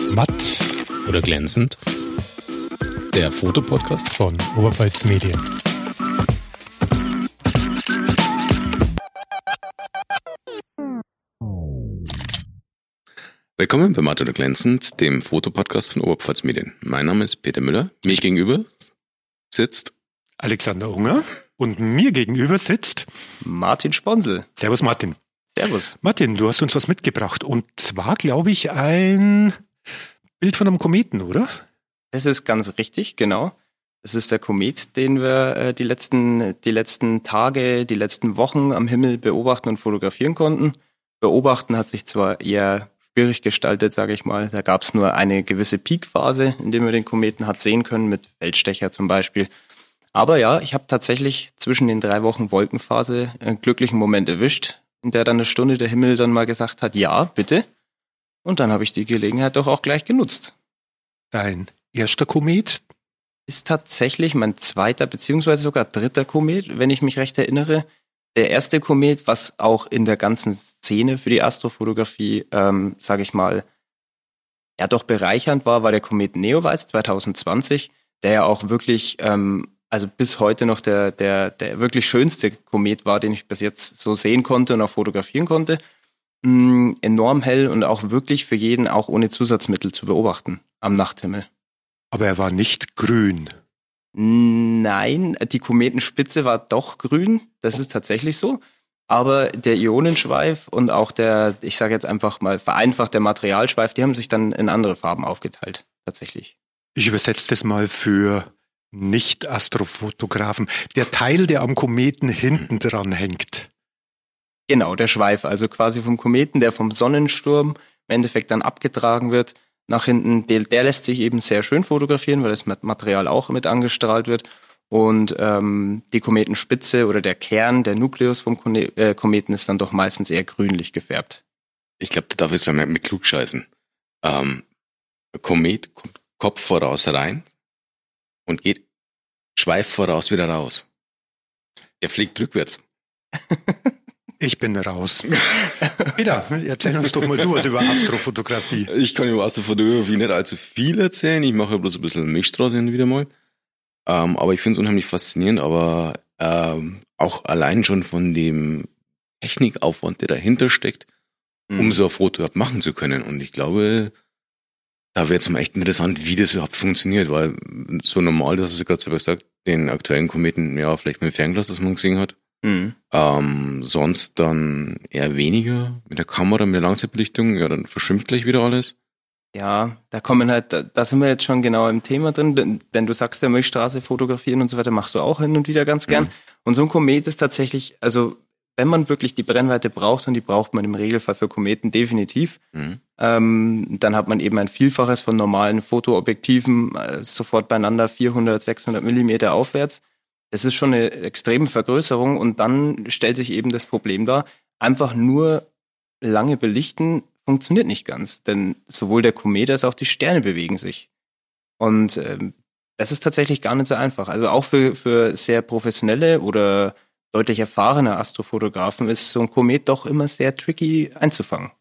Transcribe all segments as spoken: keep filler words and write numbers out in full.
Matt oder glänzend? Der Fotopodcast von Oberpfalz Medien. Willkommen bei Matt oder glänzend, dem Fotopodcast von Oberpfalz Medien. Mein Name ist Peter Müller. Mir gegenüber sitzt Alexander Unger und mir gegenüber sitzt Martin Sponsel. Servus Martin. Servus. Martin, du hast uns was mitgebracht und zwar, glaube ich, ein Bild von einem Kometen, oder? Das ist ganz richtig, genau. Das ist der Komet, den wir äh, die letzten, die letzten Tage, die letzten Wochen am Himmel beobachten und fotografieren konnten. Beobachten hat sich zwar eher schwierig gestaltet, sage ich mal. Da gab es nur eine gewisse Peakphase, in der man den Kometen hat sehen können, mit Feldstecher zum Beispiel. Aber ja, ich habe tatsächlich zwischen den drei Wochen Wolkenphase einen glücklichen Moment erwischt, in der dann eine Stunde der Himmel dann mal gesagt hat, ja, bitte. Und dann habe ich die Gelegenheit doch auch gleich genutzt. Dein erster Komet? Ist tatsächlich mein zweiter beziehungsweise sogar dritter Komet, wenn ich mich recht erinnere. Der erste Komet, was auch in der ganzen Szene für die Astrofotografie, ähm, sage ich mal, ja doch bereichernd war, war der Komet Neowise zwanzig zwanzig, der ja auch wirklich, ähm, also bis heute noch der, der, der wirklich schönste Komet war, den ich bis jetzt so sehen konnte und auch fotografieren konnte. Mm, enorm hell und auch wirklich für jeden auch ohne Zusatzmittel zu beobachten am Nachthimmel. Aber er war nicht grün. Nein, die Kometenspitze war doch grün, das ist tatsächlich so. Aber der Ionenschweif und auch der, ich sage jetzt einfach mal vereinfacht, der Materialschweif, die haben sich dann in andere Farben aufgeteilt, tatsächlich. Ich übersetze das mal für Nicht-Astrofotografen. Der Teil, der am Kometen hinten dran hängt. Genau, der Schweif, also quasi vom Kometen, der vom Sonnensturm im Endeffekt dann abgetragen wird. Nach hinten, der, der lässt sich eben sehr schön fotografieren, weil das Material auch mit angestrahlt wird. Und ähm, die Kometenspitze oder der Kern, der Nukleus vom Kone- äh, Kometen ist dann doch meistens eher grünlich gefärbt. Ich glaube, da darf ich sagen, mit klugscheißen. Ähm, Komet kommt Kopf voraus rein und geht Schweif voraus wieder raus. Der fliegt rückwärts. Ich bin raus. Peter, erzähl uns doch mal du was über Astrofotografie. Ich kann über Astrofotografie nicht allzu viel erzählen. Ich mache bloß ein bisschen Milchstraße hin wieder mal. Ähm, aber ich finde es unheimlich faszinierend, aber ähm, auch allein schon von dem Technikaufwand, der dahinter steckt, mhm. um so ein Foto überhaupt machen zu können. Und ich glaube, da wäre es mal echt interessant, wie das überhaupt funktioniert, weil so normal, das hast du gerade selber gesagt, den aktuellen Kometen, ja, vielleicht mit dem Fernglas, das man gesehen hat. Mhm. Ähm, sonst dann eher weniger mit der Kamera, mit der Langzeitbelichtung, ja, dann verschwimmt gleich wieder alles. Ja, da kommen halt, da, da sind wir jetzt schon genau im Thema drin, denn, denn du sagst ja, Milchstraße fotografieren und so weiter machst du auch hin und wieder ganz gern. Mhm. Und so ein Komet ist tatsächlich, also wenn man wirklich die Brennweite braucht, und die braucht man im Regelfall für Kometen definitiv, mhm. ähm, dann hat man eben ein Vielfaches von normalen Fotoobjektiven äh, sofort beieinander, vierhundert, sechshundert Millimeter aufwärts. Das ist schon eine extreme Vergrößerung und dann stellt sich eben das Problem dar, einfach nur lange belichten funktioniert nicht ganz, denn sowohl der Komet als auch die Sterne bewegen sich. Und ähm, das ist tatsächlich gar nicht so einfach. Also auch für, für sehr professionelle oder deutlich erfahrene Astrofotografen ist so ein Komet doch immer sehr tricky einzufangen.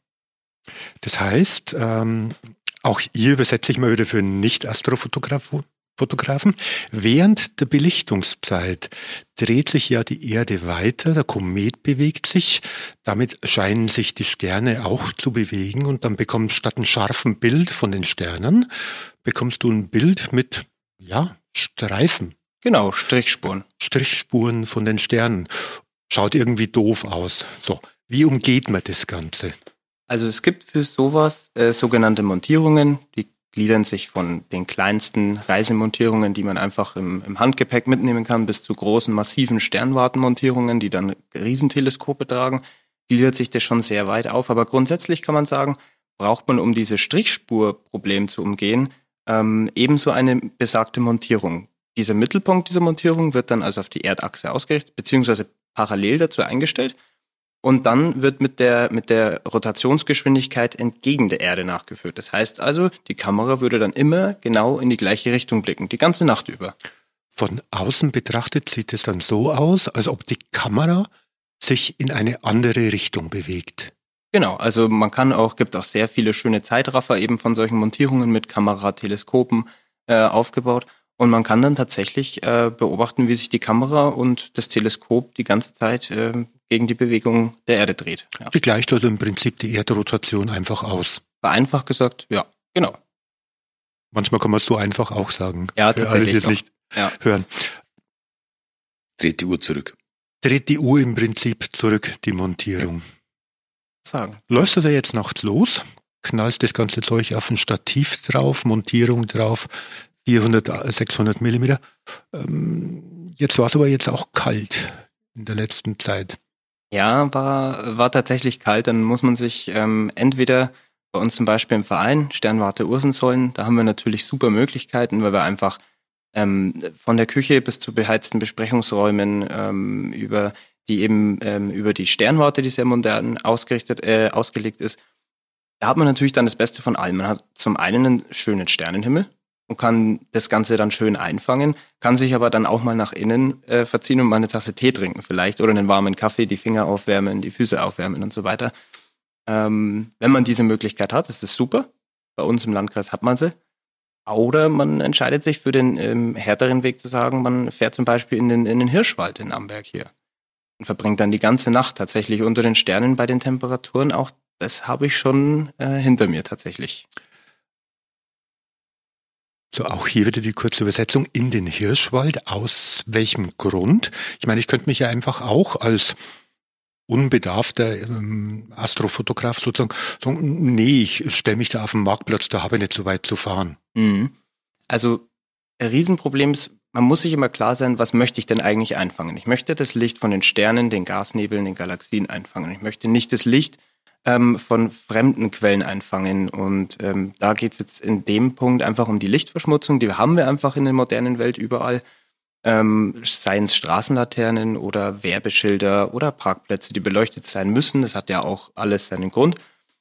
Das heißt, ähm, auch ihr übersetze ich mal wieder für Nicht-Astrofotografen. Fotografen. Während der Belichtungszeit dreht sich ja die Erde weiter, der Komet bewegt sich, damit scheinen sich die Sterne auch zu bewegen und dann bekommst statt einem scharfen Bild von den Sternen, bekommst du ein Bild mit, ja, Streifen. Genau, Strichspuren. Strichspuren von den Sternen. Schaut irgendwie doof aus. So, wie umgeht man das Ganze? Also es gibt für sowas äh, sogenannte Montierungen, die gliedern sich von den kleinsten Reisemontierungen, die man einfach im, im Handgepäck mitnehmen kann, bis zu großen, massiven Sternwartenmontierungen, die dann Riesenteleskope tragen, gliedert sich das schon sehr weit auf. Aber grundsätzlich kann man sagen, braucht man, um dieses Strichspurproblem zu umgehen, ähm, ebenso eine besagte Montierung. Dieser Mittelpunkt dieser Montierung wird dann also auf die Erdachse ausgerichtet, beziehungsweise parallel dazu eingestellt. Und dann wird mit der, mit der Rotationsgeschwindigkeit entgegen der Erde nachgeführt. Das heißt also, die Kamera würde dann immer genau in die gleiche Richtung blicken, die ganze Nacht über. Von außen betrachtet sieht es dann so aus, als ob die Kamera sich in eine andere Richtung bewegt. Genau, also man kann auch, gibt auch sehr viele schöne Zeitraffer eben von solchen Montierungen mit Kamera, Teleskopen äh, aufgebaut. Und man kann dann tatsächlich äh, beobachten, wie sich die Kamera und das Teleskop die ganze Zeit äh, gegen die Bewegung der Erde dreht. Ja. Die gleicht also im Prinzip die Erdrotation einfach aus. Vereinfacht gesagt, ja, genau. Manchmal kann man es so einfach auch sagen. Ja, für alle, die es doch. nicht Ja. hören. Dreht die Uhr zurück. Dreht die Uhr im Prinzip zurück, die Montierung. Sagen. Läufst du da jetzt nachts los, knallst das ganze Zeug auf ein Stativ drauf, Montierung drauf, vierhundert, sechshundert Millimeter. Ähm, jetzt war es aber jetzt auch kalt in der letzten Zeit. Ja, war, war tatsächlich kalt. Dann muss man sich ähm, entweder bei uns zum Beispiel im Verein, Sternwarte Ursensollen, da haben wir natürlich super Möglichkeiten, weil wir einfach ähm, von der Küche bis zu beheizten Besprechungsräumen ähm, über die eben ähm, über die Sternwarte, die sehr modern ausgerichtet, äh, ausgelegt ist. Da hat man natürlich dann das Beste von allem. Man hat zum einen einen schönen Sternenhimmel und kann das Ganze dann schön einfangen, kann sich aber dann auch mal nach innen äh, verziehen und mal eine Tasse Tee trinken vielleicht oder einen warmen Kaffee, die Finger aufwärmen, die Füße aufwärmen und so weiter. Ähm, wenn man diese Möglichkeit hat, ist das super. Bei uns im Landkreis hat man sie. Oder man entscheidet sich für den ähm, härteren Weg zu sagen, man fährt zum Beispiel in den, in den Hirschwald in Amberg hier und verbringt dann die ganze Nacht tatsächlich unter den Sternen bei den Temperaturen. Auch das habe ich schon äh, hinter mir tatsächlich. So, auch hier wieder die kurze Übersetzung in den Hirschwald. Aus welchem Grund? Ich meine, ich könnte mich ja einfach auch als unbedarfter ähm, Astrofotograf sozusagen sagen, nee, ich stelle mich da auf den Marktplatz, da habe ich nicht so weit zu fahren. Mhm. Also, ein Riesenproblem ist, man muss sich immer klar sein, was möchte ich denn eigentlich einfangen? Ich möchte das Licht von den Sternen, den Gasnebeln, den Galaxien einfangen. Ich möchte nicht das Licht ähm, von fremden Quellen einfangen. Und ähm, da geht es jetzt in dem Punkt einfach um die Lichtverschmutzung. Die haben wir einfach in der modernen Welt überall. Ähm, seien es Straßenlaternen oder Werbeschilder oder Parkplätze, die beleuchtet sein müssen. Das hat ja auch alles seinen Grund.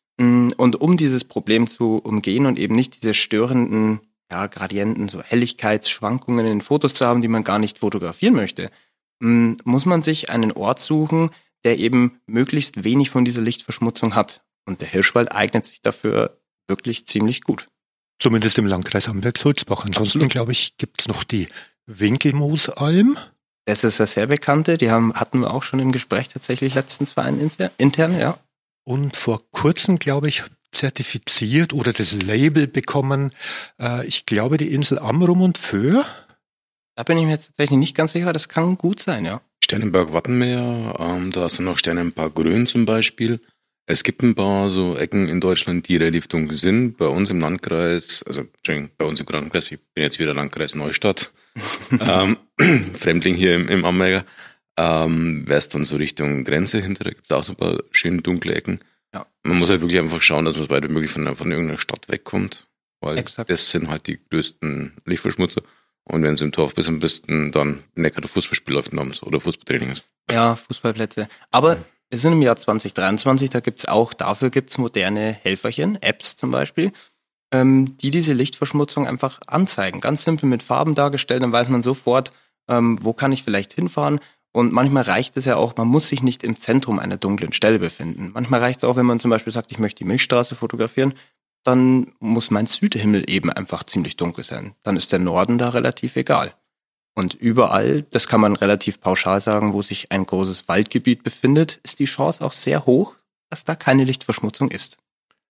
Und um dieses Problem zu umgehen und eben nicht diese störenden ja, Gradienten, so Helligkeitsschwankungen in Fotos zu haben, die man gar nicht fotografieren möchte, muss man sich einen Ort suchen, der eben möglichst wenig von dieser Lichtverschmutzung hat. Und der Hirschwald eignet sich dafür wirklich ziemlich gut. Zumindest im Landkreis Amberg-Sulzbach. Ansonsten, glaube ich, gibt es noch die Winkelmoosalm. Das ist eine sehr bekannte, die haben, hatten wir auch schon im Gespräch tatsächlich letztens Verein intern, ja. Und vor kurzem, glaube ich, zertifiziert oder das Label bekommen, äh, ich glaube, die Insel Amrum und Föhr. Da bin ich mir jetzt tatsächlich nicht ganz sicher, das kann gut sein, ja. Sternenberg-Wattenmeer, ähm, da hast du noch Sternenberg-Grün zum Beispiel. Es gibt ein paar so Ecken in Deutschland, die relativ dunkel sind. Bei uns im Landkreis, also Entschuldigung, bei uns im Landkreis, ich bin jetzt wieder Landkreis Neustadt, ähm, Fremdling hier im, im Amberger, ähm, wäre es dann so Richtung Grenze hinter, da gibt es auch so ein paar schöne dunkle Ecken. Ja. Man muss halt wirklich einfach schauen, dass man so weit wie möglich von, von irgendeiner Stadt wegkommt, weil Exakt. Das sind halt die größten Lichtverschmutzer. Und wenn es im Dorf bist, am besten dann Neckar der Fußballspiel läuft namens oder Fußballtraining ist. Ja, Fußballplätze. Aber wir sind im Jahr zwanzig dreiundzwanzig, da gibt's auch, dafür gibt's moderne Helferchen, Apps zum Beispiel, ähm, die diese Lichtverschmutzung einfach anzeigen. Ganz simpel mit Farben dargestellt, dann weiß man sofort, ähm, wo kann ich vielleicht hinfahren. Und manchmal reicht es ja auch, man muss sich nicht im Zentrum einer dunklen Stelle befinden. Manchmal reicht es auch, wenn man zum Beispiel sagt, ich möchte die Milchstraße fotografieren, dann muss mein Südhimmel eben einfach ziemlich dunkel sein. Dann ist der Norden da relativ egal. Und überall, das kann man relativ pauschal sagen, wo sich ein großes Waldgebiet befindet, ist die Chance auch sehr hoch, dass da keine Lichtverschmutzung ist.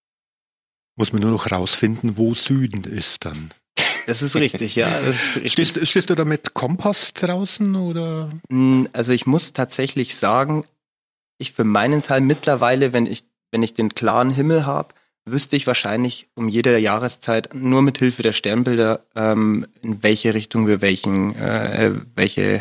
Muss man nur noch rausfinden, wo Süden ist dann. Das ist richtig, ja. Das ist richtig. Stehst, stehst du da mit Kompass draußen oder? Also ich muss tatsächlich sagen, ich für meinen Teil mittlerweile, wenn ich, wenn ich den klaren Himmel habe, wüsste ich wahrscheinlich um jede Jahreszeit nur mit Hilfe der Sternbilder, ähm, in welche Richtung wir welchen, äh, welche,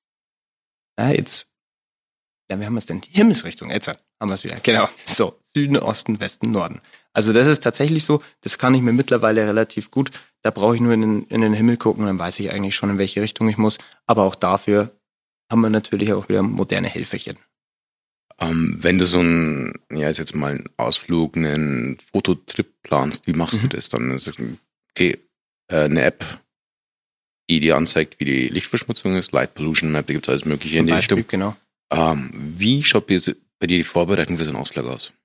na jetzt, ja, wie haben wir es denn? Die Himmelsrichtung, jetzt haben wir es wieder, genau. So, Süden, Osten, Westen, Norden. Also das ist tatsächlich so, das kann ich mir mittlerweile relativ gut, da brauche ich nur in den, in den Himmel gucken, dann weiß ich eigentlich schon, in welche Richtung ich muss, aber auch dafür haben wir natürlich auch wieder moderne Helferchen. Ähm, wenn du so einen, ja, jetzt mal einen Ausflug, einen Fototrip planst, wie machst mhm. du das dann? Okay, äh, eine App, die dir anzeigt, wie die Lichtverschmutzung ist, Light Pollution Map, da gibt es alles Mögliche in die Richtung. Genau. Ähm, wie schaut bei dir die Vorbereitung für so einen Ausflug aus?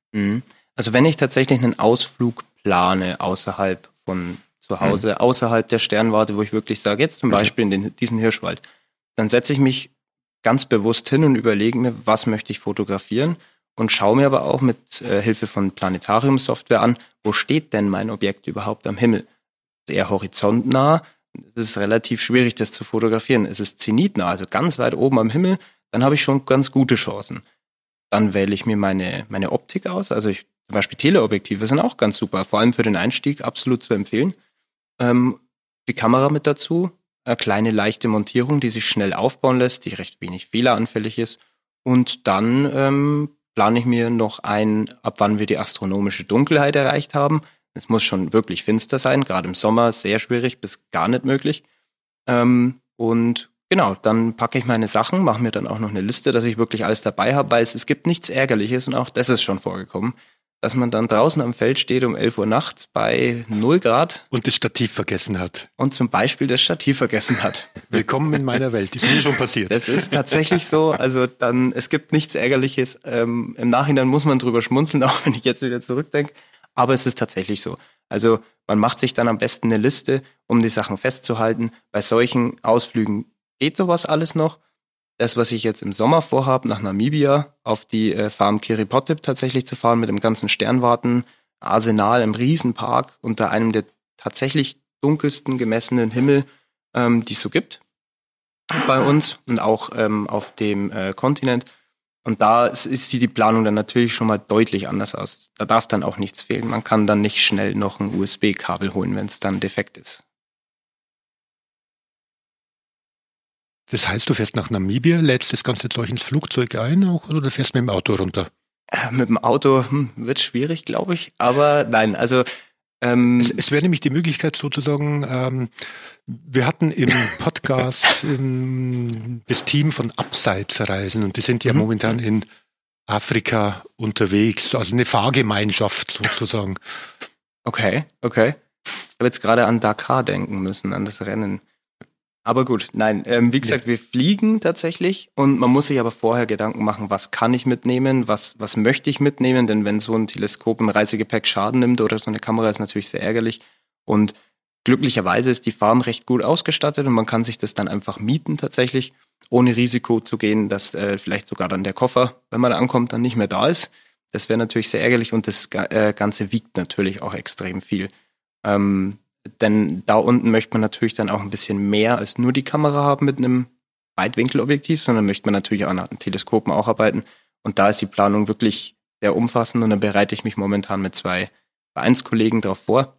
Mhm. Also wenn ich tatsächlich einen Ausflug plane außerhalb von zu Hause, mhm. außerhalb der Sternwarte, wo ich wirklich sage, jetzt zum Beispiel in den, diesen Hirschwald, dann setze ich mich ganz bewusst hin und überlege mir, was möchte ich fotografieren und schaue mir aber auch mit äh, Hilfe von Planetarium-Software an, wo steht denn mein Objekt überhaupt am Himmel? Eher horizontnah, es ist relativ schwierig, das zu fotografieren. Es ist zenitnah, also ganz weit oben am Himmel, dann habe ich schon ganz gute Chancen. Dann wähle ich mir meine, meine Optik aus, also ich, zum Beispiel Teleobjektive sind auch ganz super, vor allem für den Einstieg absolut zu empfehlen. Ähm, die Kamera mit dazu, eine kleine leichte Montierung, die sich schnell aufbauen lässt, die recht wenig fehleranfällig ist. Und dann ähm, plane ich mir noch ein, ab wann wir die astronomische Dunkelheit erreicht haben. Es muss schon wirklich finster sein, gerade im Sommer sehr schwierig bis gar nicht möglich. Ähm, und genau, dann packe ich meine Sachen, mache mir dann auch noch eine Liste, dass ich wirklich alles dabei habe, weil es, es gibt nichts Ärgerliches und auch das ist schon vorgekommen, dass man dann draußen am Feld steht um elf Uhr nachts bei null Grad. Und das Stativ vergessen hat. Und zum Beispiel das Stativ vergessen hat. Willkommen in meiner Welt, ist mir schon passiert. Das ist tatsächlich so, also dann, es gibt nichts Ärgerliches. Ähm, im Nachhinein muss man drüber schmunzeln, auch wenn ich jetzt wieder zurückdenke. Aber es ist tatsächlich so. Also man macht sich dann am besten eine Liste, um die Sachen festzuhalten. Bei solchen Ausflügen geht sowas alles noch. Das, was ich jetzt im Sommer vorhabe, nach Namibia auf die äh, Farm Kiripotip tatsächlich zu fahren mit dem ganzen Sternwarten-Arsenal im Riesenpark unter einem der tatsächlich dunkelsten gemessenen Himmel, ähm, die es so gibt bei uns und auch ähm, auf dem äh, Kontinent. Und da ist, sieht die Planung dann natürlich schon mal deutlich anders aus. Da darf dann auch nichts fehlen. Man kann dann nicht schnell noch ein U S B-Kabel holen, wenn es dann defekt ist. Das heißt, du fährst nach Namibia, lädst das ganze Zeug ins Flugzeug ein auch, oder fährst mit dem Auto runter? Äh, mit dem Auto hm, wird schwierig, glaube ich. Aber nein, also ähm, es, es wäre nämlich die Möglichkeit sozusagen, ähm, wir hatten im Podcast ähm, das Team von Abseitsreisen und die sind ja mhm. momentan in Afrika unterwegs, also eine Fahrgemeinschaft sozusagen. Okay, okay. Ich habe jetzt gerade an Dakar denken müssen, an das Rennen. Aber gut, nein, ähm, wie gesagt, ja. wir fliegen tatsächlich und man muss sich aber vorher Gedanken machen, was kann ich mitnehmen, was was möchte ich mitnehmen, denn wenn so ein Teleskop im Reisegepäck Schaden nimmt oder so eine Kamera, ist natürlich sehr ärgerlich und glücklicherweise ist die Farm recht gut ausgestattet und man kann sich das dann einfach mieten tatsächlich, ohne Risiko zu gehen, dass äh, vielleicht sogar dann der Koffer, wenn man ankommt, dann nicht mehr da ist. Das wäre natürlich sehr ärgerlich und das äh, Ganze wiegt natürlich auch extrem viel. Ähm, Denn da unten möchte man natürlich dann auch ein bisschen mehr als nur die Kamera haben mit einem Weitwinkelobjektiv, sondern möchte man natürlich auch an Teleskopen auch arbeiten. Und da ist die Planung wirklich sehr umfassend und da bereite ich mich momentan mit zwei Vereinskollegen drauf vor.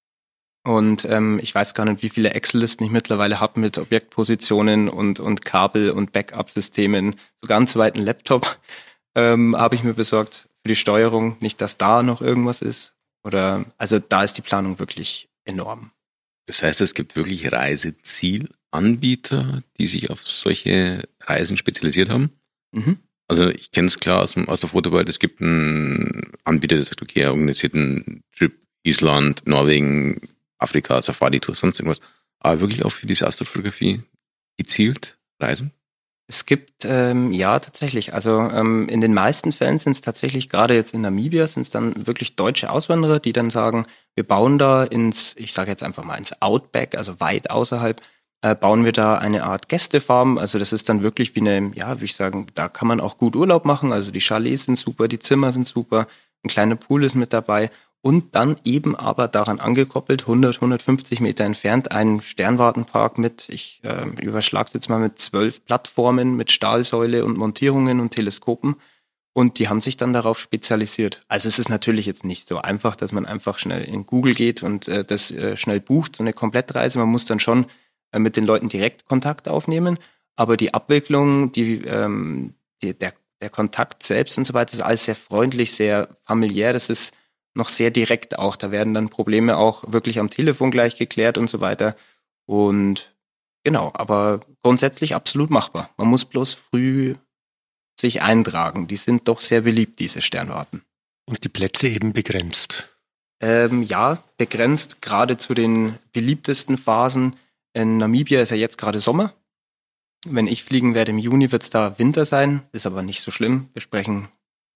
Und ähm, ich weiß gar nicht, wie viele Excel-Listen ich mittlerweile habe mit Objektpositionen und, und Kabel und Backup-Systemen. Sogar einen zweiten Laptop ähm, habe ich mir besorgt für die Steuerung. Nicht, dass da noch irgendwas ist. Oder also da ist die Planung wirklich enorm. Das heißt, es gibt wirklich Reisezielanbieter, die sich auf solche Reisen spezialisiert haben? Mhm. Also ich kenne es klar aus, dem, aus der Fotowelt, es gibt einen Anbieter, der sagt, okay, er organisiert einen Trip Island, Norwegen, Afrika, Safari-Tour, sonst irgendwas. Aber wirklich auch für diese Astrofotografie gezielt reisen? Es gibt, ähm, ja, tatsächlich. Also ähm, in den meisten Fällen sind es tatsächlich, gerade jetzt in Namibia, sind es dann wirklich deutsche Auswanderer, die dann sagen, wir bauen da ins, ich sage jetzt einfach mal ins Outback, also weit außerhalb, äh, bauen wir da eine Art Gästefarm. Also das ist dann wirklich wie eine, ja, würde ich sagen, da kann man auch gut Urlaub machen. Also die Chalets sind super, die Zimmer sind super, ein kleiner Pool ist mit dabei. Und dann eben aber daran angekoppelt, hundert, hundertfünfzig Meter entfernt, ein Sternwartenpark mit, ich äh, überschlag's jetzt mal mit zwölf Plattformen, mit Stahlsäule und Montierungen und Teleskopen. Und die haben sich dann darauf spezialisiert. Also es ist natürlich jetzt nicht so einfach, dass man einfach schnell in Google geht und äh, das äh, schnell bucht, so eine Komplettreise. Man muss dann schon äh, mit den Leuten direkt Kontakt aufnehmen. Aber die Abwicklung, die, ähm, die, der, der Kontakt selbst und so weiter ist alles sehr freundlich, sehr familiär. Das ist noch sehr direkt auch. Da werden dann Probleme auch wirklich am Telefon gleich geklärt und so weiter. Und genau, aber grundsätzlich absolut machbar. Man muss bloß früh sich eintragen. Die sind doch sehr beliebt, diese Sternwarten. Und die Plätze eben begrenzt? Ähm, ja, begrenzt, gerade zu den beliebtesten Phasen. In Namibia ist ja jetzt gerade Sommer. Wenn ich fliegen werde im Juni, wird es da Winter sein. Ist aber nicht so schlimm. Wir sprechen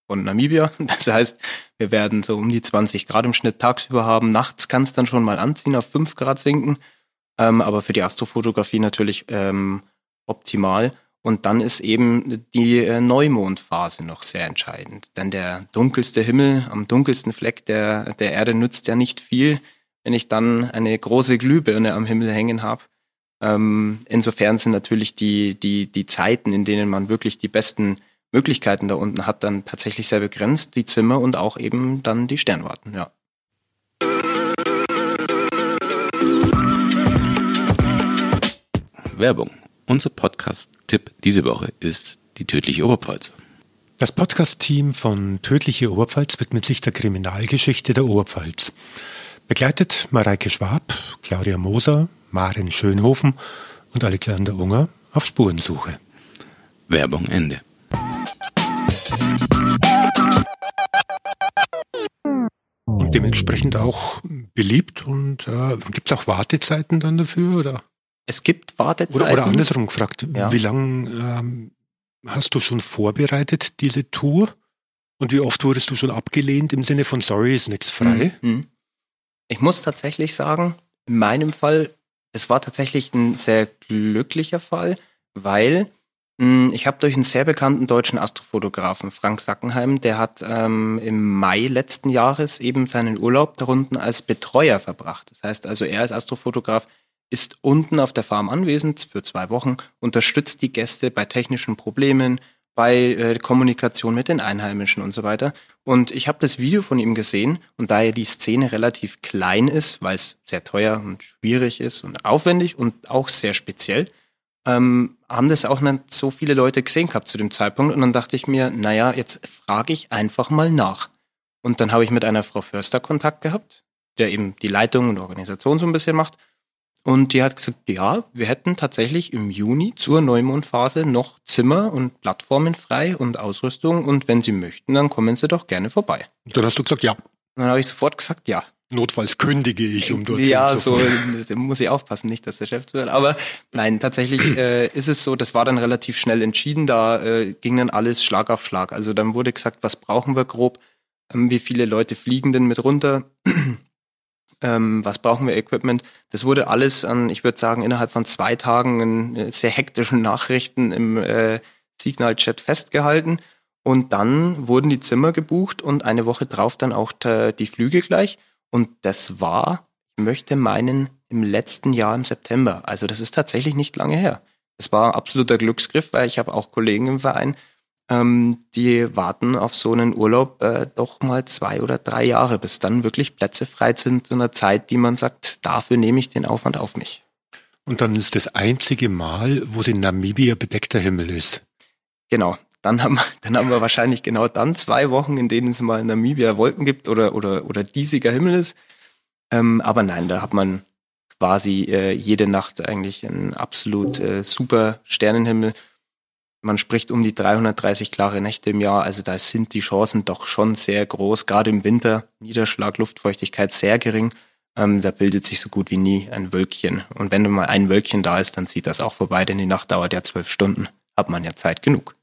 von Namibia. Das heißt, wir werden so um die zwanzig Grad im Schnitt tagsüber haben. Nachts kann es dann schon mal anziehen, auf fünf Grad sinken. Ähm, aber für die Astrofotografie natürlich ähm, optimal. Und dann ist eben die äh, Neumondphase noch sehr entscheidend. Denn der dunkelste Himmel am dunkelsten Fleck der, der Erde nützt ja nicht viel, wenn ich dann eine große Glühbirne am Himmel hängen habe. Ähm, insofern sind natürlich die, die, die Zeiten, in denen man wirklich die besten Möglichkeiten da unten hat, dann tatsächlich sehr begrenzt, die Zimmer und auch eben dann die Sternwarten, ja. Werbung. Unser Podcast-Tipp diese Woche ist die tödliche Oberpfalz. Das Podcast-Team von Tödliche Oberpfalz widmet sich der Kriminalgeschichte der Oberpfalz. Begleitet Mareike Schwab, Claudia Moser, Maren Schönhofen und Alexander Unger auf Spurensuche. Werbung Ende. Und dementsprechend auch beliebt und äh, gibt es auch Wartezeiten dann dafür? Oder, Es gibt Wartezeiten. oder, oder andersrum gefragt, Ja. wie lange ähm, hast du schon vorbereitet, diese Tour? Und wie oft wurdest du schon abgelehnt im Sinne von sorry, ist nichts frei? Mhm. Ich muss tatsächlich sagen, in meinem Fall, es war tatsächlich ein sehr glücklicher Fall, weil mh, ich habe durch einen sehr bekannten deutschen Astrofotografen, Frank Sackenheim, der hat ähm, im Mai letzten Jahres eben seinen Urlaub da unten als Betreuer verbracht. Das heißt also, er als Astrofotograf ist unten auf der Farm anwesend für zwei Wochen, unterstützt die Gäste bei technischen Problemen, bei äh, Kommunikation mit den Einheimischen und so weiter. Und ich habe das Video von ihm gesehen und da ja die Szene relativ klein ist, weil es sehr teuer und schwierig ist und aufwendig und auch sehr speziell, ähm, haben das auch nicht so viele Leute gesehen gehabt zu dem Zeitpunkt. Und dann dachte ich mir, naja, jetzt frage ich einfach mal nach. Und dann habe ich mit einer Frau Förster Kontakt gehabt, der eben die Leitung und Organisation so ein bisschen macht. Und die hat gesagt, ja, wir hätten tatsächlich im Juni zur Neumondphase noch Zimmer und Plattformen frei und Ausrüstung. Und wenn Sie möchten, dann kommen Sie doch gerne vorbei. Und dann hast du gesagt, ja, Und dann habe ich sofort gesagt, ja. notfalls kündige ich, um dorthin Ja, zu so fahren. da muss ich aufpassen, nicht, dass der Chef zuhört. Aber nein, tatsächlich äh, ist es so, das war dann relativ schnell entschieden. Da äh, ging dann alles Schlag auf Schlag. Also dann wurde gesagt, was brauchen wir grob? Ähm, wie viele Leute fliegen denn mit runter? Ähm, was brauchen wir Equipment? Das wurde alles an, ich würde sagen, innerhalb von zwei Tagen in äh, sehr hektischen Nachrichten im äh, Signal-Chat festgehalten. Und dann wurden die Zimmer gebucht und eine Woche drauf dann auch t- die Flüge gleich. Und das war, ich möchte meinen, im letzten Jahr im September. Also das ist tatsächlich nicht lange her. Das war ein absoluter Glücksgriff, weil ich habe auch Kollegen im Verein, ähm, die warten auf so einen Urlaub äh, doch mal zwei oder drei Jahre, bis dann wirklich Plätze frei sind zu einer Zeit, die man sagt, dafür nehme ich den Aufwand auf mich. Und dann ist das einzige Mal, wo es in Namibia bedeckter Himmel ist. Genau. Dann haben, wir, dann haben wir wahrscheinlich genau dann zwei Wochen, in denen es mal in Namibia Wolken gibt oder, oder, oder diesiger Himmel ist. Ähm, aber nein, da hat man quasi äh, jede Nacht eigentlich einen absolut äh, super Sternenhimmel. Man spricht um die dreihundertdreißig klare Nächte im Jahr, also da sind die Chancen doch schon sehr groß. Gerade im Winter, Niederschlag, Luftfeuchtigkeit sehr gering. Ähm, da bildet sich so gut wie nie ein Wölkchen. Und wenn mal ein Wölkchen da ist, dann zieht das auch vorbei, denn die Nacht dauert ja zwölf Stunden. Hat man ja Zeit genug.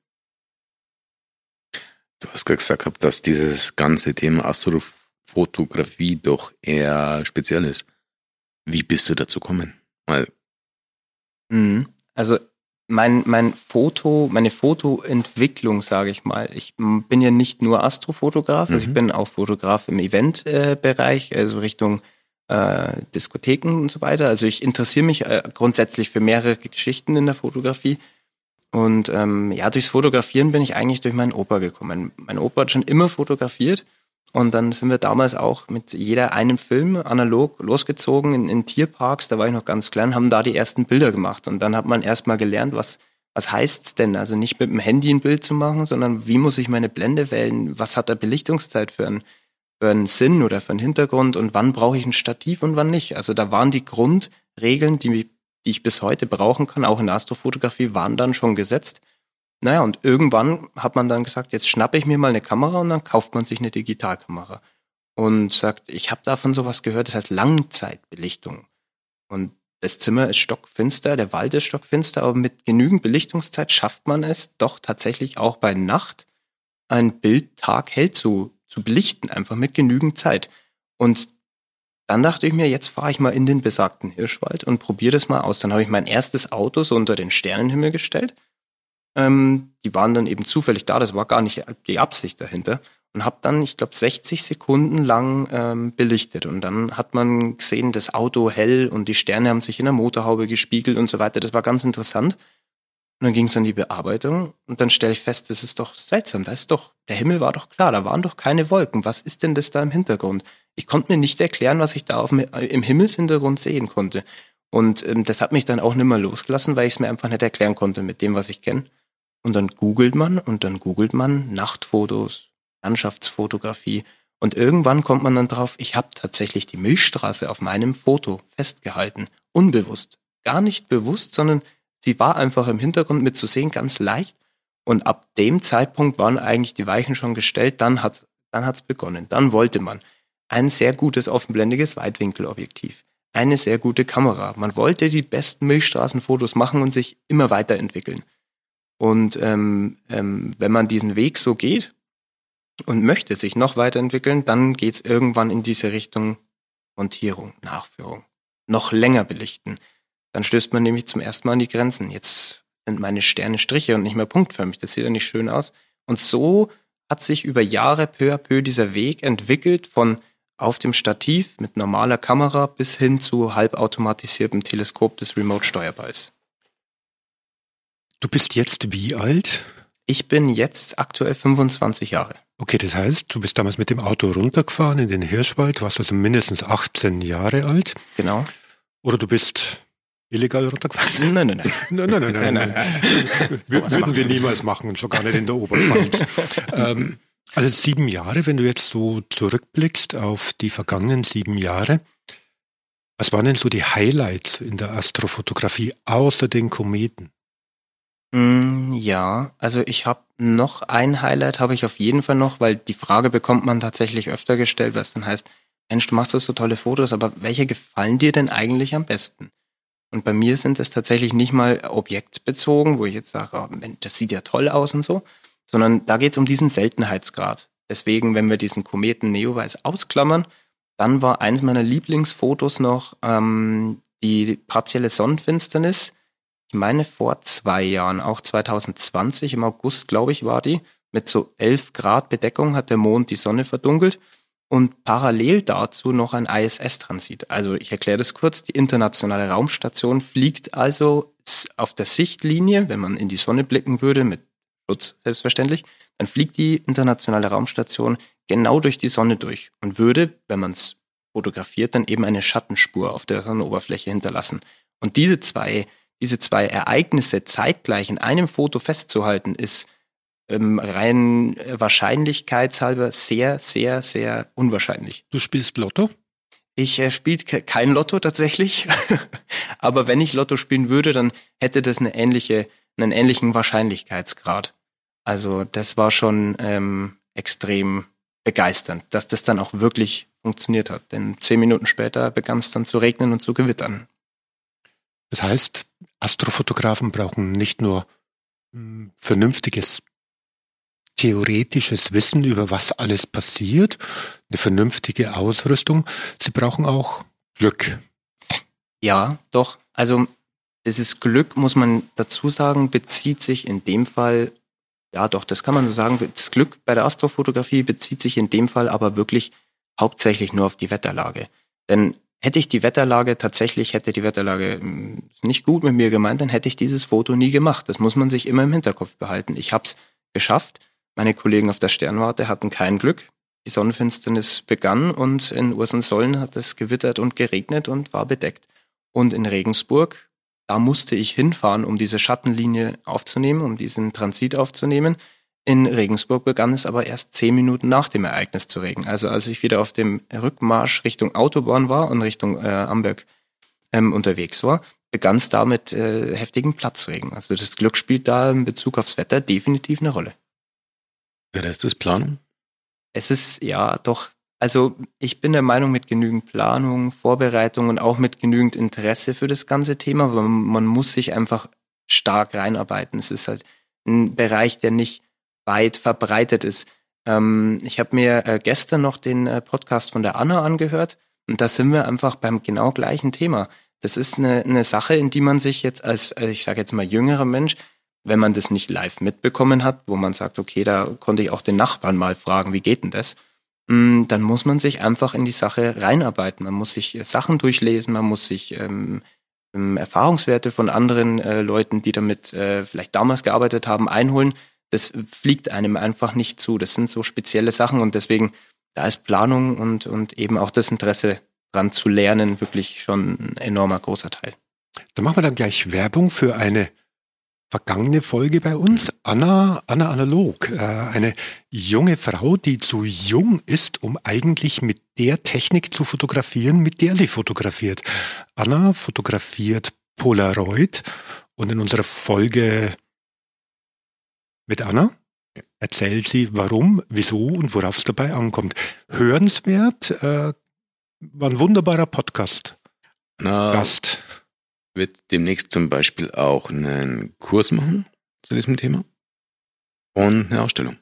Du hast gerade gesagt, gehabt, dass dieses ganze Thema Astrofotografie doch eher speziell ist. Wie bist du dazu gekommen? Weil Mhm. Also mein, mein Foto, meine Fotoentwicklung, sage ich mal. Ich m, bin ja nicht nur Astrofotograf, also ich Mhm. bin auch Fotograf im Eventbereich, also Richtung äh, Diskotheken und so weiter. Also ich interessiere mich äh, grundsätzlich für mehrere Geschichten in der Fotografie. Und ähm, ja, durchs Fotografieren bin ich eigentlich durch meinen Opa gekommen. Mein Opa hat schon immer fotografiert und dann sind wir damals auch mit jeder einem Film analog losgezogen in, in Tierparks, da war ich noch ganz klein, haben da die ersten Bilder gemacht und dann hat man erstmal gelernt, was was heißt's denn? Also nicht mit dem Handy ein Bild zu machen, sondern wie muss ich meine Blende wählen? Was hat da Belichtungszeit für einen, für einen Sinn oder für einen Hintergrund und wann brauche ich ein Stativ und wann nicht? Also da waren die Grundregeln, die die ich bis heute brauchen kann, auch in der Astrofotografie, waren dann schon gesetzt. Naja, und irgendwann hat man dann gesagt, jetzt schnappe ich mir mal eine Kamera und dann kauft man sich eine Digitalkamera. Und sagt, ich habe davon sowas gehört, das heißt Langzeitbelichtung. Und das Zimmer ist stockfinster, der Wald ist stockfinster, aber mit genügend Belichtungszeit schafft man es doch tatsächlich auch bei Nacht ein Bild taghell zu, zu belichten, einfach mit genügend Zeit. Und dann dachte ich mir, jetzt fahre ich mal in den besagten Hirschwald und probiere das mal aus. Dann habe ich mein erstes Auto so unter den Sternenhimmel gestellt. Ähm, die waren dann eben zufällig da, das war gar nicht die Absicht dahinter. Und habe dann, ich glaube, sechzig Sekunden lang ähm, belichtet. Und dann hat man gesehen, das Auto hell und die Sterne haben sich in der Motorhaube gespiegelt und so weiter. Das war ganz interessant. Und dann ging es an die Bearbeitung und dann stelle ich fest, das ist doch seltsam, da ist doch, der Himmel war doch klar, da waren doch keine Wolken. Was ist denn das da im Hintergrund? Ich konnte mir nicht erklären, was ich da auf, im Himmelshintergrund sehen konnte. Und ähm, das hat mich dann auch nicht mehr losgelassen, weil ich es mir einfach nicht erklären konnte mit dem, was ich kenne. Und dann googelt man und dann googelt man Nachtfotos, Landschaftsfotografie und irgendwann kommt man dann drauf, ich habe tatsächlich die Milchstraße auf meinem Foto festgehalten. Unbewusst. Gar nicht bewusst, sondern sie war einfach im Hintergrund mit zu sehen, ganz leicht. Und ab dem Zeitpunkt waren eigentlich die Weichen schon gestellt. Dann hat dann hat's begonnen. Dann wollte man ein sehr gutes offenblendiges Weitwinkelobjektiv, eine sehr gute Kamera. Man wollte die besten Milchstraßenfotos machen und sich immer weiterentwickeln. Und ähm, ähm, wenn man diesen Weg so geht und möchte sich noch weiterentwickeln, dann geht's irgendwann in diese Richtung Montierung, Nachführung, noch länger belichten. Dann stößt man nämlich zum ersten Mal an die Grenzen. Jetzt sind meine Sterne Striche und nicht mehr punktförmig. Das sieht ja nicht schön aus. Und so hat sich über Jahre peu à peu dieser Weg entwickelt von auf dem Stativ mit normaler Kamera bis hin zu halbautomatisiertem Teleskop, das remote steuerbar ist. Du bist jetzt wie alt? Ich bin jetzt aktuell fünfundzwanzig Jahre. Okay, das heißt, du bist damals mit dem Auto runtergefahren in den Hirschwald, warst also mindestens achtzehn Jahre alt. Genau. Oder du bist illegal runtergefahren? Nein, nein, nein. Nein, nein, nein, nein. nein, nein. W- würden wir niemals machen und schon gar nicht in der Oberpfalz. ähm, also sieben Jahre, wenn du jetzt so zurückblickst auf die vergangenen sieben Jahre, was waren denn so die Highlights in der Astrofotografie außer den Kometen? Mm, ja, also ich habe noch ein Highlight, habe ich auf jeden Fall noch, weil die Frage bekommt man tatsächlich öfter gestellt, was dann heißt, Mensch, du machst doch so tolle Fotos, aber welche gefallen dir denn eigentlich am besten? Und bei mir sind es tatsächlich nicht mal objektbezogen, wo ich jetzt sage, oh, Mensch, das sieht ja toll aus und so, sondern da geht es um diesen Seltenheitsgrad. Deswegen, wenn wir diesen Kometen Neowise ausklammern, dann war eins meiner Lieblingsfotos noch ähm, die partielle Sonnenfinsternis. Ich meine vor zwei Jahren, auch zwanzig zwanzig, im August, glaube ich, war die. Mit so elf Grad Bedeckung hat der Mond die Sonne verdunkelt. Und parallel dazu noch ein I S S-Transit. Also ich erkläre das kurz. Die internationale Raumstation fliegt also auf der Sichtlinie, wenn man in die Sonne blicken würde, mit Schutz selbstverständlich, dann fliegt die internationale Raumstation genau durch die Sonne durch und würde, wenn man es fotografiert, dann eben eine Schattenspur auf der Sonnenoberfläche hinterlassen. Und diese zwei, diese zwei Ereignisse zeitgleich in einem Foto festzuhalten, ist ähm, rein wahrscheinlichkeitshalber sehr, sehr, sehr unwahrscheinlich. Du spielst Lotto? Ich äh, spiele ke- kein Lotto tatsächlich, aber wenn ich Lotto spielen würde, dann hätte das eine ähnliche, einen ähnlichen Wahrscheinlichkeitsgrad. Also das war schon ähm, extrem begeisternd, dass das dann auch wirklich funktioniert hat. Denn zehn Minuten später begann es dann zu regnen und zu gewittern. Das heißt, Astrofotografen brauchen nicht nur mh, vernünftiges theoretisches Wissen über was alles passiert, eine vernünftige Ausrüstung, sie brauchen auch Glück. Ja, doch. Also dieses Glück, muss man dazu sagen, bezieht sich in dem Fall, ja doch, das kann man so sagen, das Glück bei der Astrofotografie bezieht sich in dem Fall aber wirklich hauptsächlich nur auf die Wetterlage. Denn hätte ich die Wetterlage tatsächlich, hätte die Wetterlage nicht gut mit mir gemeint, dann hätte ich dieses Foto nie gemacht. Das muss man sich immer im Hinterkopf behalten. Ich habe es geschafft. Meine Kollegen auf der Sternwarte hatten kein Glück. Die Sonnenfinsternis begann und in Ursensollen hat es gewittert und geregnet und war bedeckt. Und in Regensburg, da musste ich hinfahren, um diese Schattenlinie aufzunehmen, um diesen Transit aufzunehmen. In Regensburg begann es aber erst zehn Minuten nach dem Ereignis zu regnen. Also als ich wieder auf dem Rückmarsch Richtung Autobahn war und Richtung äh, Amberg ähm, unterwegs war, begann es da mit äh, heftigem Platzregen. Also das Glück spielt da in Bezug aufs Wetter definitiv eine Rolle. Der Rest ist Planung? Es ist ja doch, also ich bin der Meinung, mit genügend Planung, Vorbereitung und auch mit genügend Interesse für das ganze Thema, aber man muss sich einfach stark reinarbeiten. Es ist halt ein Bereich, der nicht weit verbreitet ist. Ähm, ich habe mir äh, gestern noch den äh, Podcast von der Anna angehört und da sind wir einfach beim genau gleichen Thema. Das ist eine, eine Sache, in die man sich jetzt als, ich sage jetzt mal jüngerer Mensch, wenn man das nicht live mitbekommen hat, wo man sagt, okay, da konnte ich auch den Nachbarn mal fragen, wie geht denn das? Dann muss man sich einfach in die Sache reinarbeiten. Man muss sich Sachen durchlesen, man muss sich ähm, Erfahrungswerte von anderen äh, Leuten, die damit äh, vielleicht damals gearbeitet haben, einholen. Das fliegt einem einfach nicht zu. Das sind so spezielle Sachen und deswegen, da ist Planung und, und eben auch das Interesse dran zu lernen wirklich schon ein enormer großer Teil. Da machen wir dann gleich Werbung für eine vergangene Folge bei uns. Anna, Anna Analog, äh, eine junge Frau, die zu jung ist, um eigentlich mit der Technik zu fotografieren, mit der sie fotografiert. Anna fotografiert Polaroid und in unserer Folge mit Anna erzählt sie, warum, wieso und worauf es dabei ankommt. Hörenswert, äh, war ein wunderbarer Podcast. Na, Gast. Wird demnächst zum Beispiel auch einen Kurs machen zu diesem Thema und eine Ausstellung.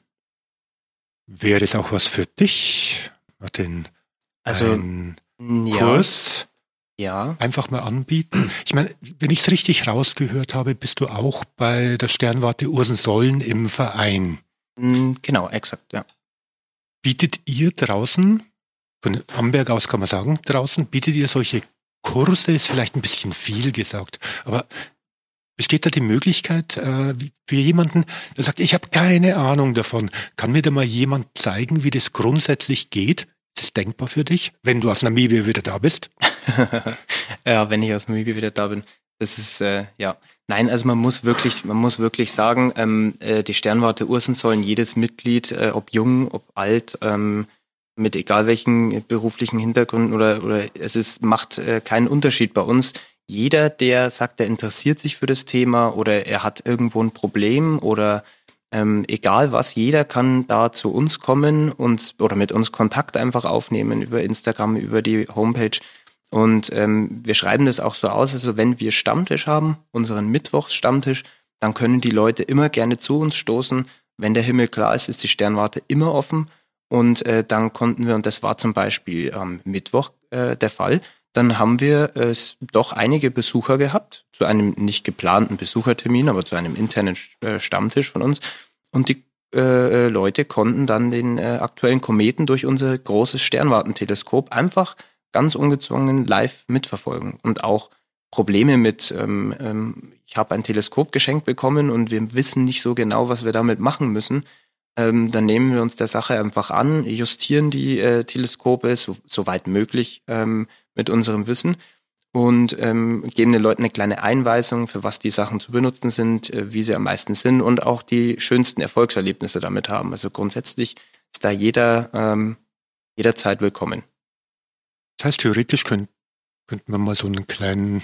Wäre es auch was für dich, Martin? Also ein ja, Kurs ja. einfach mal anbieten? Ich meine, wenn ich es richtig rausgehört habe, bist du auch bei der Sternwarte Ursensollen im Verein. Genau, exakt, ja. Bietet ihr draußen, von Amberg aus kann man sagen, draußen, bietet ihr solche Kurse, ist vielleicht ein bisschen viel gesagt, aber besteht da die Möglichkeit äh, für jemanden, der sagt, ich habe keine Ahnung davon, kann mir da mal jemand zeigen, wie das grundsätzlich geht? Ist das denkbar für dich, wenn du aus Namibia wieder da bist? Ja, wenn ich aus Namibia wieder da bin. Das ist, äh, ja. Nein, also man muss wirklich, man muss wirklich sagen, ähm, äh, die Sternwarte Ursensollen jedes Mitglied, äh, ob jung, ob alt, ähm, mit egal welchen beruflichen Hintergründen oder, oder es ist, macht äh, keinen Unterschied bei uns. Jeder, der sagt, er interessiert sich für das Thema oder er hat irgendwo ein Problem oder ähm, egal was, jeder kann da zu uns kommen und oder mit uns Kontakt einfach aufnehmen über Instagram, über die Homepage. Und ähm, wir schreiben das auch so aus, also wenn wir Stammtisch haben, unseren Mittwochsstammtisch, dann können die Leute immer gerne zu uns stoßen. Wenn der Himmel klar ist, ist die Sternwarte immer offen. Und äh, dann konnten wir, und das war zum Beispiel am Mittwoch äh, der Fall, dann haben wir äh, doch einige Besucher gehabt, zu einem nicht geplanten Besuchertermin, aber zu einem internen äh, Stammtisch von uns. Und die äh, Leute konnten dann den äh, aktuellen Kometen durch unser großes Sternwartenteleskop einfach ganz ungezwungen live mitverfolgen. Und auch Probleme mit, ähm, ähm, ich habe ein Teleskop geschenkt bekommen und wir wissen nicht so genau, was wir damit machen müssen. Ähm, dann nehmen wir uns der Sache einfach an, justieren die äh, Teleskope so, so weit möglich ähm, mit unserem Wissen und ähm, geben den Leuten eine kleine Einweisung, für was die Sachen zu benutzen sind, äh, wie sie am meisten sind und auch die schönsten Erfolgserlebnisse damit haben. Also grundsätzlich ist da jeder ähm, jederzeit willkommen. Das heißt, theoretisch könnt, könnten wir mal so einen kleinen,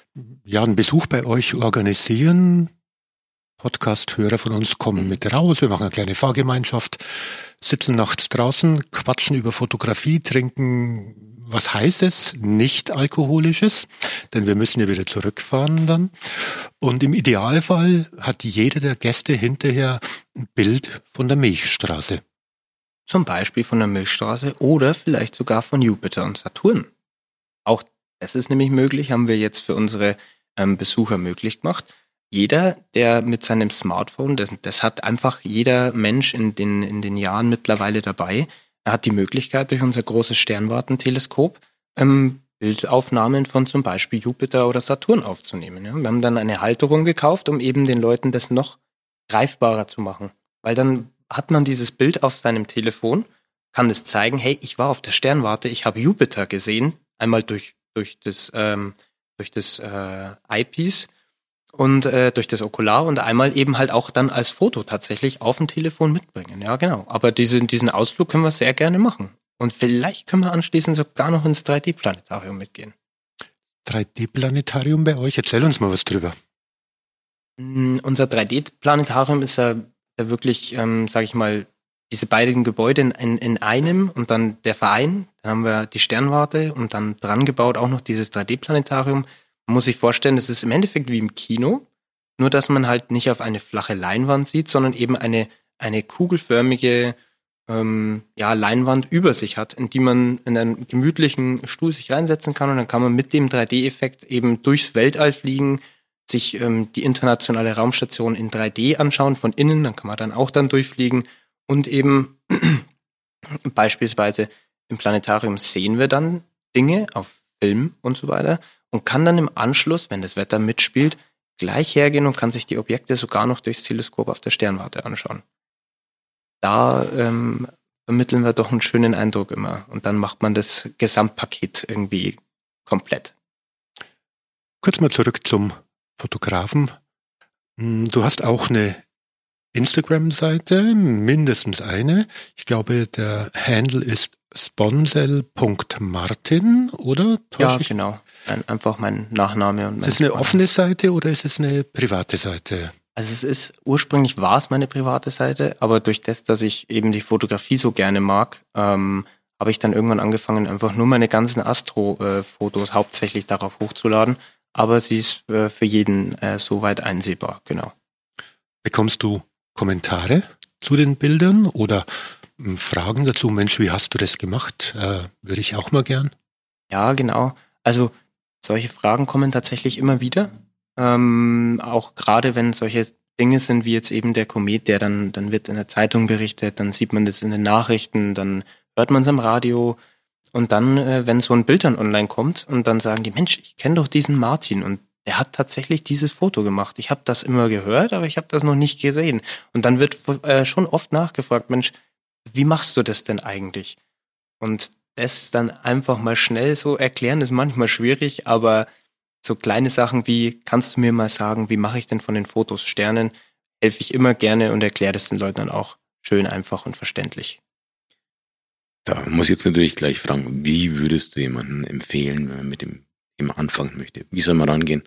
ja, einen Besuch bei euch organisieren. Podcast-Hörer von uns kommen mit raus, wir machen eine kleine Fahrgemeinschaft, sitzen nachts draußen, quatschen über Fotografie, trinken was Heißes, nicht Alkoholisches, denn wir müssen ja wieder zurückfahren dann. Und im Idealfall hat jeder der Gäste hinterher ein Bild von der Milchstraße. Zum Beispiel von der Milchstraße oder vielleicht sogar von Jupiter und Saturn. Auch das ist nämlich möglich, haben wir jetzt für unsere ähm, Besucher möglich gemacht. Jeder, der mit seinem Smartphone, das, das hat einfach jeder Mensch in den, in den Jahren mittlerweile dabei, er hat die Möglichkeit, durch unser großes Sternwartenteleskop ähm, Bildaufnahmen von zum Beispiel Jupiter oder Saturn aufzunehmen. Ja. Wir haben dann eine Halterung gekauft, um eben den Leuten das noch greifbarer zu machen. Weil dann hat man dieses Bild auf seinem Telefon, kann es zeigen, hey, ich war auf der Sternwarte, ich habe Jupiter gesehen, einmal durch, durch das, ähm, durch das äh, Eyepiece und äh, durch das Okular und einmal eben halt auch dann als Foto tatsächlich auf dem Telefon mitbringen. Ja, genau. Aber diese, diesen Ausflug können wir sehr gerne machen. Und vielleicht können wir anschließend sogar noch ins drei D Planetarium mitgehen. drei D Planetarium bei euch? Erzähl uns mal was drüber. Mm, unser drei D Planetarium ist ja, ja wirklich, ähm, sage ich mal, diese beiden Gebäude in, in, in einem und dann der Verein. Dann haben wir die Sternwarte und dann dran gebaut auch noch dieses drei D Planetarium. Man muss sich vorstellen, das ist im Endeffekt wie im Kino, nur dass man halt nicht auf eine flache Leinwand sieht, sondern eben eine eine kugelförmige ähm, ja, Leinwand über sich hat, in die man in einen gemütlichen Stuhl sich reinsetzen kann und dann kann man mit dem drei D-Effekt eben durchs Weltall fliegen, sich ähm, die internationale Raumstation in drei D anschauen von innen, dann kann man dann auch dann durchfliegen und eben beispielsweise im Planetarium sehen wir dann Dinge auf Film und so weiter und kann dann im Anschluss, wenn das Wetter mitspielt, gleich hergehen und kann sich die Objekte sogar noch durchs Teleskop auf der Sternwarte anschauen. Da ähm, vermitteln wir doch einen schönen Eindruck immer und dann macht man das Gesamtpaket irgendwie komplett. Kurz mal zurück zum Fotografen. Du hast auch eine Instagram-Seite, mindestens eine. Ich glaube, der Handle ist sponsel punkt martin, oder? Ja, genau. Ein, einfach mein Nachname. Und mein ist es eine offene Seite oder ist es eine private Seite? Also es ist, ursprünglich war es meine private Seite, aber durch das, dass ich eben die Fotografie so gerne mag, ähm, habe ich dann irgendwann angefangen, einfach nur meine ganzen Astro-Fotos hauptsächlich darauf hochzuladen. Aber sie ist äh, für jeden äh, soweit einsehbar, genau. Bekommst du Kommentare zu den Bildern oder äh, Fragen dazu? Mensch, wie hast du das gemacht? Äh, würde ich auch mal gern. Ja, genau. Also solche Fragen kommen tatsächlich immer wieder. Ähm, auch gerade wenn solche Dinge sind wie jetzt eben der Komet, der dann, dann wird in der Zeitung berichtet, dann sieht man das in den Nachrichten, dann hört man es am Radio und dann, äh, wenn so ein Bild dann online kommt und dann sagen die, Mensch, ich kenne doch diesen Martin und der hat tatsächlich dieses Foto gemacht. Ich habe das immer gehört, aber ich habe das noch nicht gesehen. Und dann wird äh, schon oft nachgefragt, Mensch, wie machst du das denn eigentlich? Und das dann einfach mal schnell so erklären, ist manchmal schwierig, aber so kleine Sachen wie, kannst du mir mal sagen, wie mache ich denn von den Fotos Sternen, helfe ich immer gerne und erkläre das den Leuten dann auch schön, einfach und verständlich. Da muss ich jetzt natürlich gleich fragen, wie würdest du jemanden empfehlen, wenn man mit dem Thema anfangen möchte? Wie soll man rangehen?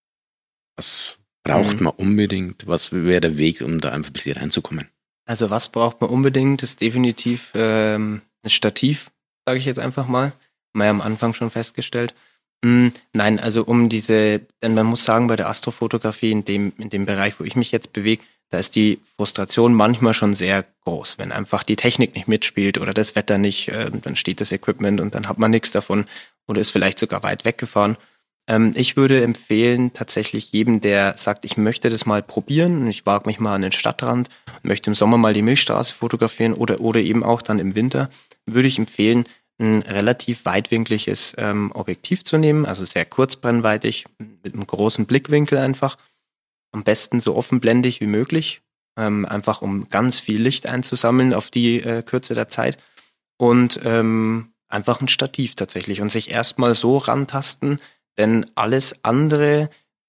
Was braucht mhm. man unbedingt? Was wäre der Weg, um da einfach ein bisschen reinzukommen? Also was braucht man unbedingt, ist definitiv ähm, ein Stativ, sage ich jetzt einfach mal. Haben wir ja am Anfang schon festgestellt. Nein, also um diese, denn man muss sagen, bei der Astrofotografie, in dem, in dem Bereich, wo ich mich jetzt bewege, da ist die Frustration manchmal schon sehr groß. Wenn einfach die Technik nicht mitspielt oder das Wetter nicht, äh, dann steht das Equipment und dann hat man nichts davon oder ist vielleicht sogar weit weggefahren. Ähm, ich würde empfehlen, tatsächlich jedem, der sagt, ich möchte das mal probieren und ich wage mich mal an den Stadtrand und möchte im Sommer mal die Milchstraße fotografieren oder, oder eben auch dann im Winter, würde ich empfehlen, ein relativ weitwinkliges ähm, Objektiv zu nehmen, also sehr kurzbrennweitig, mit einem großen Blickwinkel einfach. Am besten so offenblendig wie möglich, ähm, einfach um ganz viel Licht einzusammeln auf die äh, Kürze der Zeit. Und ähm, einfach ein Stativ tatsächlich und sich erstmal so rantasten, denn alles andere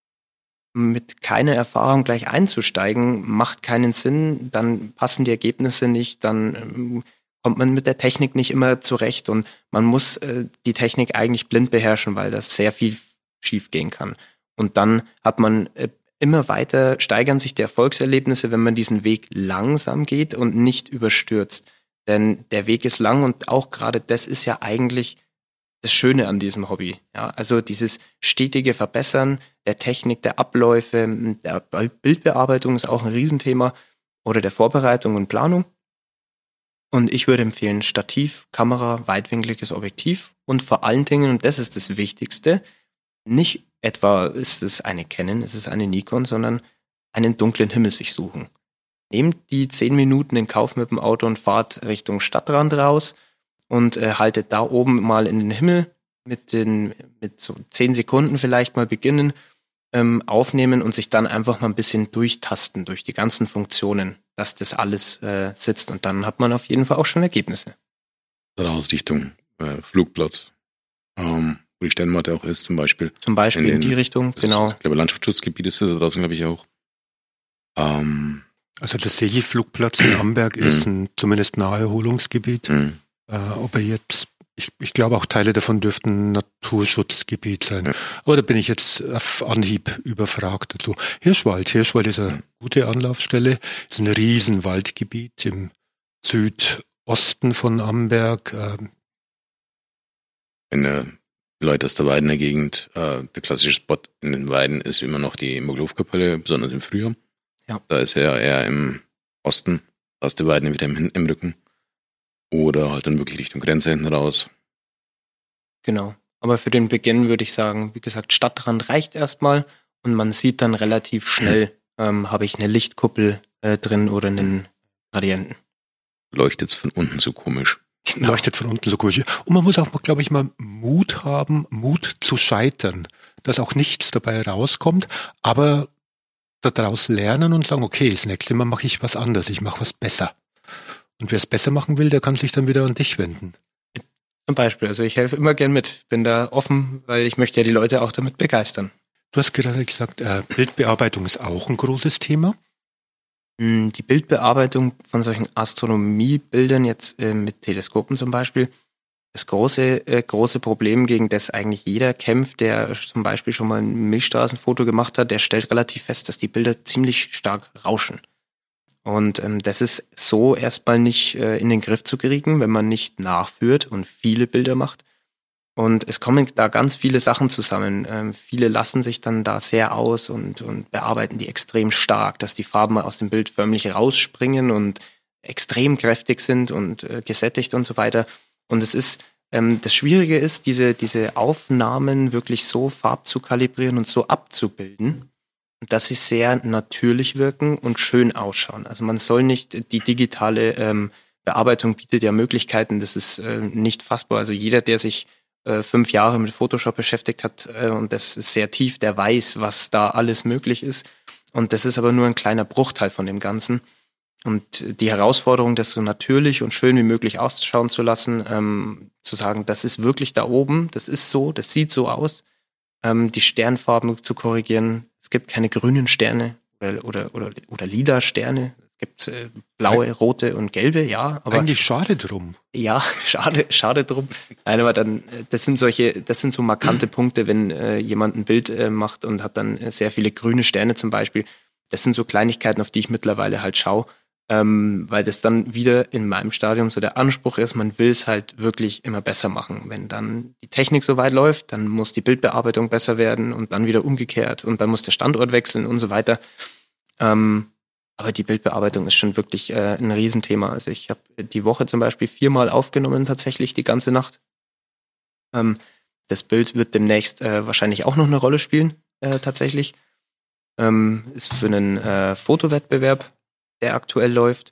mit keiner Erfahrung gleich einzusteigen, macht keinen Sinn, dann passen die Ergebnisse nicht, dann ähm, kommt man mit der Technik nicht immer zurecht und man muss äh, die Technik eigentlich blind beherrschen, weil das sehr viel schief gehen kann. Und dann hat man äh, immer weiter, steigern sich die Erfolgserlebnisse, wenn man diesen Weg langsam geht und nicht überstürzt. Denn der Weg ist lang und auch gerade das ist ja eigentlich das Schöne an diesem Hobby. Ja, also dieses stetige Verbessern der Technik, der Abläufe, der Bildbearbeitung ist auch ein Riesenthema oder der Vorbereitung und Planung. Und ich würde empfehlen, Stativ, Kamera, weitwinkliges Objektiv und vor allen Dingen, und das ist das Wichtigste, nicht etwa ist es eine Canon, ist es eine Nikon, sondern einen dunklen Himmel sich suchen. Nehmt die zehn Minuten in Kauf mit dem Auto und fahrt Richtung Stadtrand raus und äh, haltet da oben mal in den Himmel mit den mit so zehn Sekunden vielleicht mal beginnen, ähm, aufnehmen und sich dann einfach mal ein bisschen durchtasten durch die ganzen Funktionen, dass das alles äh, sitzt und dann hat man auf jeden Fall auch schon Ergebnisse. Raus Richtung äh, Flugplatz, ähm, wo die Sternwarte auch ist zum Beispiel. Zum Beispiel in, den, in die Richtung, genau. Ist, ich glaube, Landschaftsschutzgebiet ist da draußen, glaube ich, auch. Ähm, also der Segelflugplatz in Amberg ist ein zumindest Naherholungsgebiet. Mhm. Äh, ob er jetzt, ich, ich glaube auch Teile davon dürften Naturschutzgebiet sein. Ja. Aber da bin ich jetzt auf Anhieb überfragt dazu. Hirschwald, Hirschwald ist eine mhm. gute Anlaufstelle, ist ein Riesenwaldgebiet im Südosten von Amberg. Ähm, in der Leute aus der Weidener Gegend, äh, der klassische Spot in den Weiden ist immer noch die Moglowkapelle, besonders im Frühjahr. Ja. Da ist er eher im Osten, lass die beiden wieder im, im Rücken. Oder halt dann wirklich Richtung Grenze hinten raus. Genau. Aber für den Beginn würde ich sagen, wie gesagt, Stadtrand reicht erstmal und man sieht dann relativ schnell, ähm, habe ich eine Lichtkuppel äh, drin oder einen Gradienten. Leuchtet's von unten so komisch. Genau. Leuchtet von unten so komisch. Und man muss auch, glaube ich, mal Mut haben, Mut zu scheitern, dass auch nichts dabei rauskommt, aber daraus lernen und sagen, okay, das nächste Mal mache ich was anderes, ich mache was besser. Und wer es besser machen will, der kann sich dann wieder an dich wenden. Zum Beispiel, also ich helfe immer gern mit, bin da offen, weil ich möchte ja die Leute auch damit begeistern. Du hast gerade gesagt, äh, Bildbearbeitung ist auch ein großes Thema. Die Bildbearbeitung von solchen Astronomiebildern, jetzt äh, mit Teleskopen zum Beispiel, das große, äh, große Problem, gegen das eigentlich jeder kämpft, der zum Beispiel schon mal ein Milchstraßenfoto gemacht hat, der stellt relativ fest, dass die Bilder ziemlich stark rauschen. Und ähm, das ist so erstmal nicht äh, in den Griff zu kriegen, wenn man nicht nachführt und viele Bilder macht. Und es kommen da ganz viele Sachen zusammen. Ähm, viele lassen sich dann da sehr aus und, und bearbeiten die extrem stark, dass die Farben aus dem Bild förmlich rausspringen und extrem kräftig sind und äh, gesättigt und so weiter. Und es ist, ähm, das Schwierige ist, diese, diese Aufnahmen wirklich so farb zu kalibrieren und so abzubilden, dass sie sehr natürlich wirken und schön ausschauen. Also man soll nicht, die digitale ähm, Bearbeitung bietet ja Möglichkeiten, das ist äh, nicht fassbar. Also jeder, der sich äh, fünf Jahre mit Photoshop beschäftigt hat äh, und das ist sehr tief, der weiß, was da alles möglich ist. Und das ist aber nur ein kleiner Bruchteil von dem Ganzen. Und die Herausforderung, das so natürlich und schön wie möglich ausschauen zu lassen, ähm, zu sagen, das ist wirklich da oben, das ist so, das sieht so aus, ähm, die Sternfarben zu korrigieren. Es gibt keine grünen Sterne oder, oder, oder, oder lila Sterne. Es gibt äh, blaue, rote und gelbe, ja. Aber eigentlich schade drum. Ja, schade, schade drum. Nein, aber dann, das sind solche, das sind so markante Punkte, wenn äh, jemand ein Bild äh, macht und hat dann äh, sehr viele grüne Sterne zum Beispiel. Das sind so Kleinigkeiten, auf die ich mittlerweile halt schaue, ähm, weil das dann wieder in meinem Stadium so der Anspruch ist, man will es halt wirklich immer besser machen. Wenn dann die Technik so weit läuft, dann muss die Bildbearbeitung besser werden und dann wieder umgekehrt und dann muss der Standort wechseln und so weiter. Ähm, Aber die Bildbearbeitung ist schon wirklich äh, ein Riesenthema. Also ich habe die Woche zum Beispiel viermal aufgenommen, tatsächlich die ganze Nacht. Ähm, das Bild wird demnächst äh, wahrscheinlich auch noch eine Rolle spielen, äh, tatsächlich. Ähm, ist für einen äh, Fotowettbewerb, der aktuell läuft.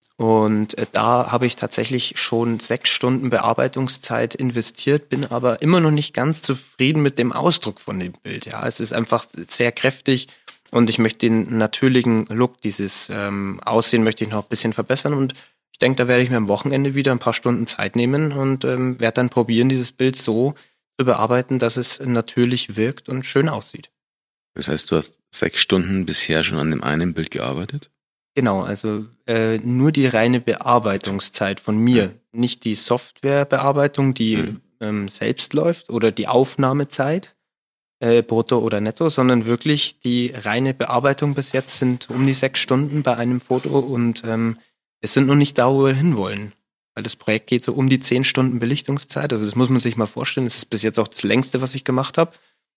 Und äh, da habe ich tatsächlich schon sechs Stunden Bearbeitungszeit investiert, bin aber immer noch nicht ganz zufrieden mit dem Ausdruck von dem Bild. Ja, es ist einfach sehr kräftig. Und ich möchte den natürlichen Look, dieses ähm, Aussehen möchte ich noch ein bisschen verbessern. Und ich denke, da werde ich mir am Wochenende wieder ein paar Stunden Zeit nehmen und ähm, werde dann probieren, dieses Bild so zu bearbeiten, dass es natürlich wirkt und schön aussieht. Das heißt, du hast sechs Stunden bisher schon an dem einen Bild gearbeitet? Genau, also äh, nur die reine Bearbeitungszeit von mir, ja. Nicht die Softwarebearbeitung, die mhm. ähm, selbst läuft oder die Aufnahmezeit. Äh, brutto oder netto, sondern wirklich die reine Bearbeitung bis jetzt sind um die sechs Stunden bei einem Foto und ähm, wir sind noch nicht da, wo wir hinwollen. Weil das Projekt geht so um die zehn Stunden Belichtungszeit, also das muss man sich mal vorstellen, das ist bis jetzt auch das längste, was ich gemacht habe.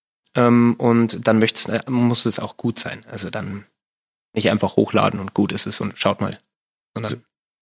Ähm, und dann möcht's, äh, muss es auch gut sein. Also dann nicht einfach hochladen und gut ist es und schaut mal. Also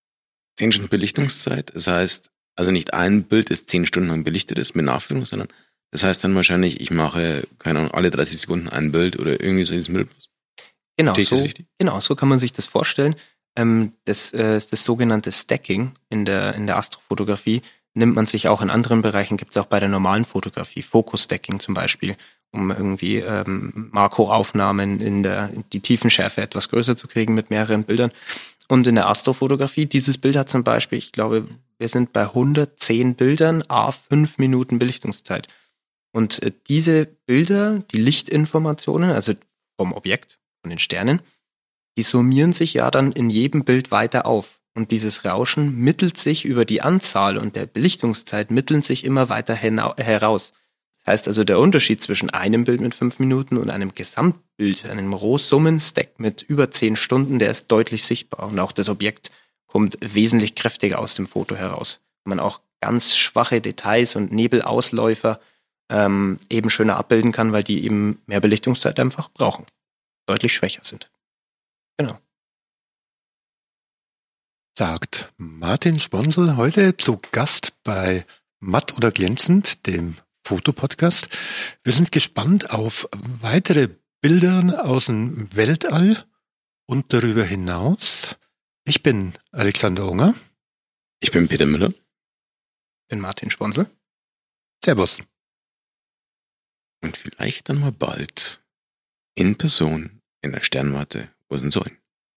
zehn Stunden Belichtungszeit, das heißt, also nicht ein Bild, das zehn Stunden lang belichtet ist mit Nachführung, sondern das heißt dann wahrscheinlich, ich mache, keine Ahnung, alle dreißig Sekunden ein Bild oder irgendwie so in diesem Rhythmus. Genau, so, genau, so kann man sich das vorstellen. Ähm, das äh, ist das sogenannte Stacking in der, in der Astrofotografie. Nimmt man sich auch in anderen Bereichen, gibt es auch bei der normalen Fotografie, Focus-Stacking zum Beispiel, um irgendwie ähm, Makroaufnahmen in der die Tiefenschärfe etwas größer zu kriegen mit mehreren Bildern. Und in der Astrofotografie, dieses Bild hat zum Beispiel, ich glaube, wir sind bei hundertzehn Bildern, a fünf Minuten Belichtungszeit. Und äh, diese Bilder, die Lichtinformationen, also vom Objekt, von den Sternen, die summieren sich ja dann in jedem Bild weiter auf. Und dieses Rauschen mittelt sich über die Anzahl und der Belichtungszeit mitteln sich immer weiter hena- heraus. Das heißt also, der Unterschied zwischen einem Bild mit fünf Minuten und einem Gesamtbild, einem Rohsummen-Stack mit über zehn Stunden, der ist deutlich sichtbar. Und auch das Objekt kommt wesentlich kräftiger aus dem Foto heraus. Man auch ganz schwache Details und Nebelausläufer ähm, eben schöner abbilden kann, weil die eben mehr Belichtungszeit einfach brauchen. Deutlich schwächer sind. Genau. sagt Martin Sponsel, heute zu Gast bei Matt oder Glänzend, dem Fotopodcast. Wir sind gespannt auf weitere Bilder aus dem Weltall und darüber hinaus. Ich bin Alexander Unger. Ich bin Peter Müller. Ich bin Martin Sponsel. Servus. Und vielleicht dann mal bald in Person in der Sternwarte Rosensäulen.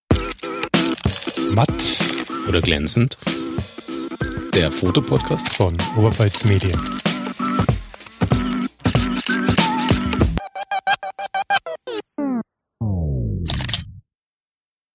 Matt oder Glänzend, der Fotopodcast von Oberpfalz Medien.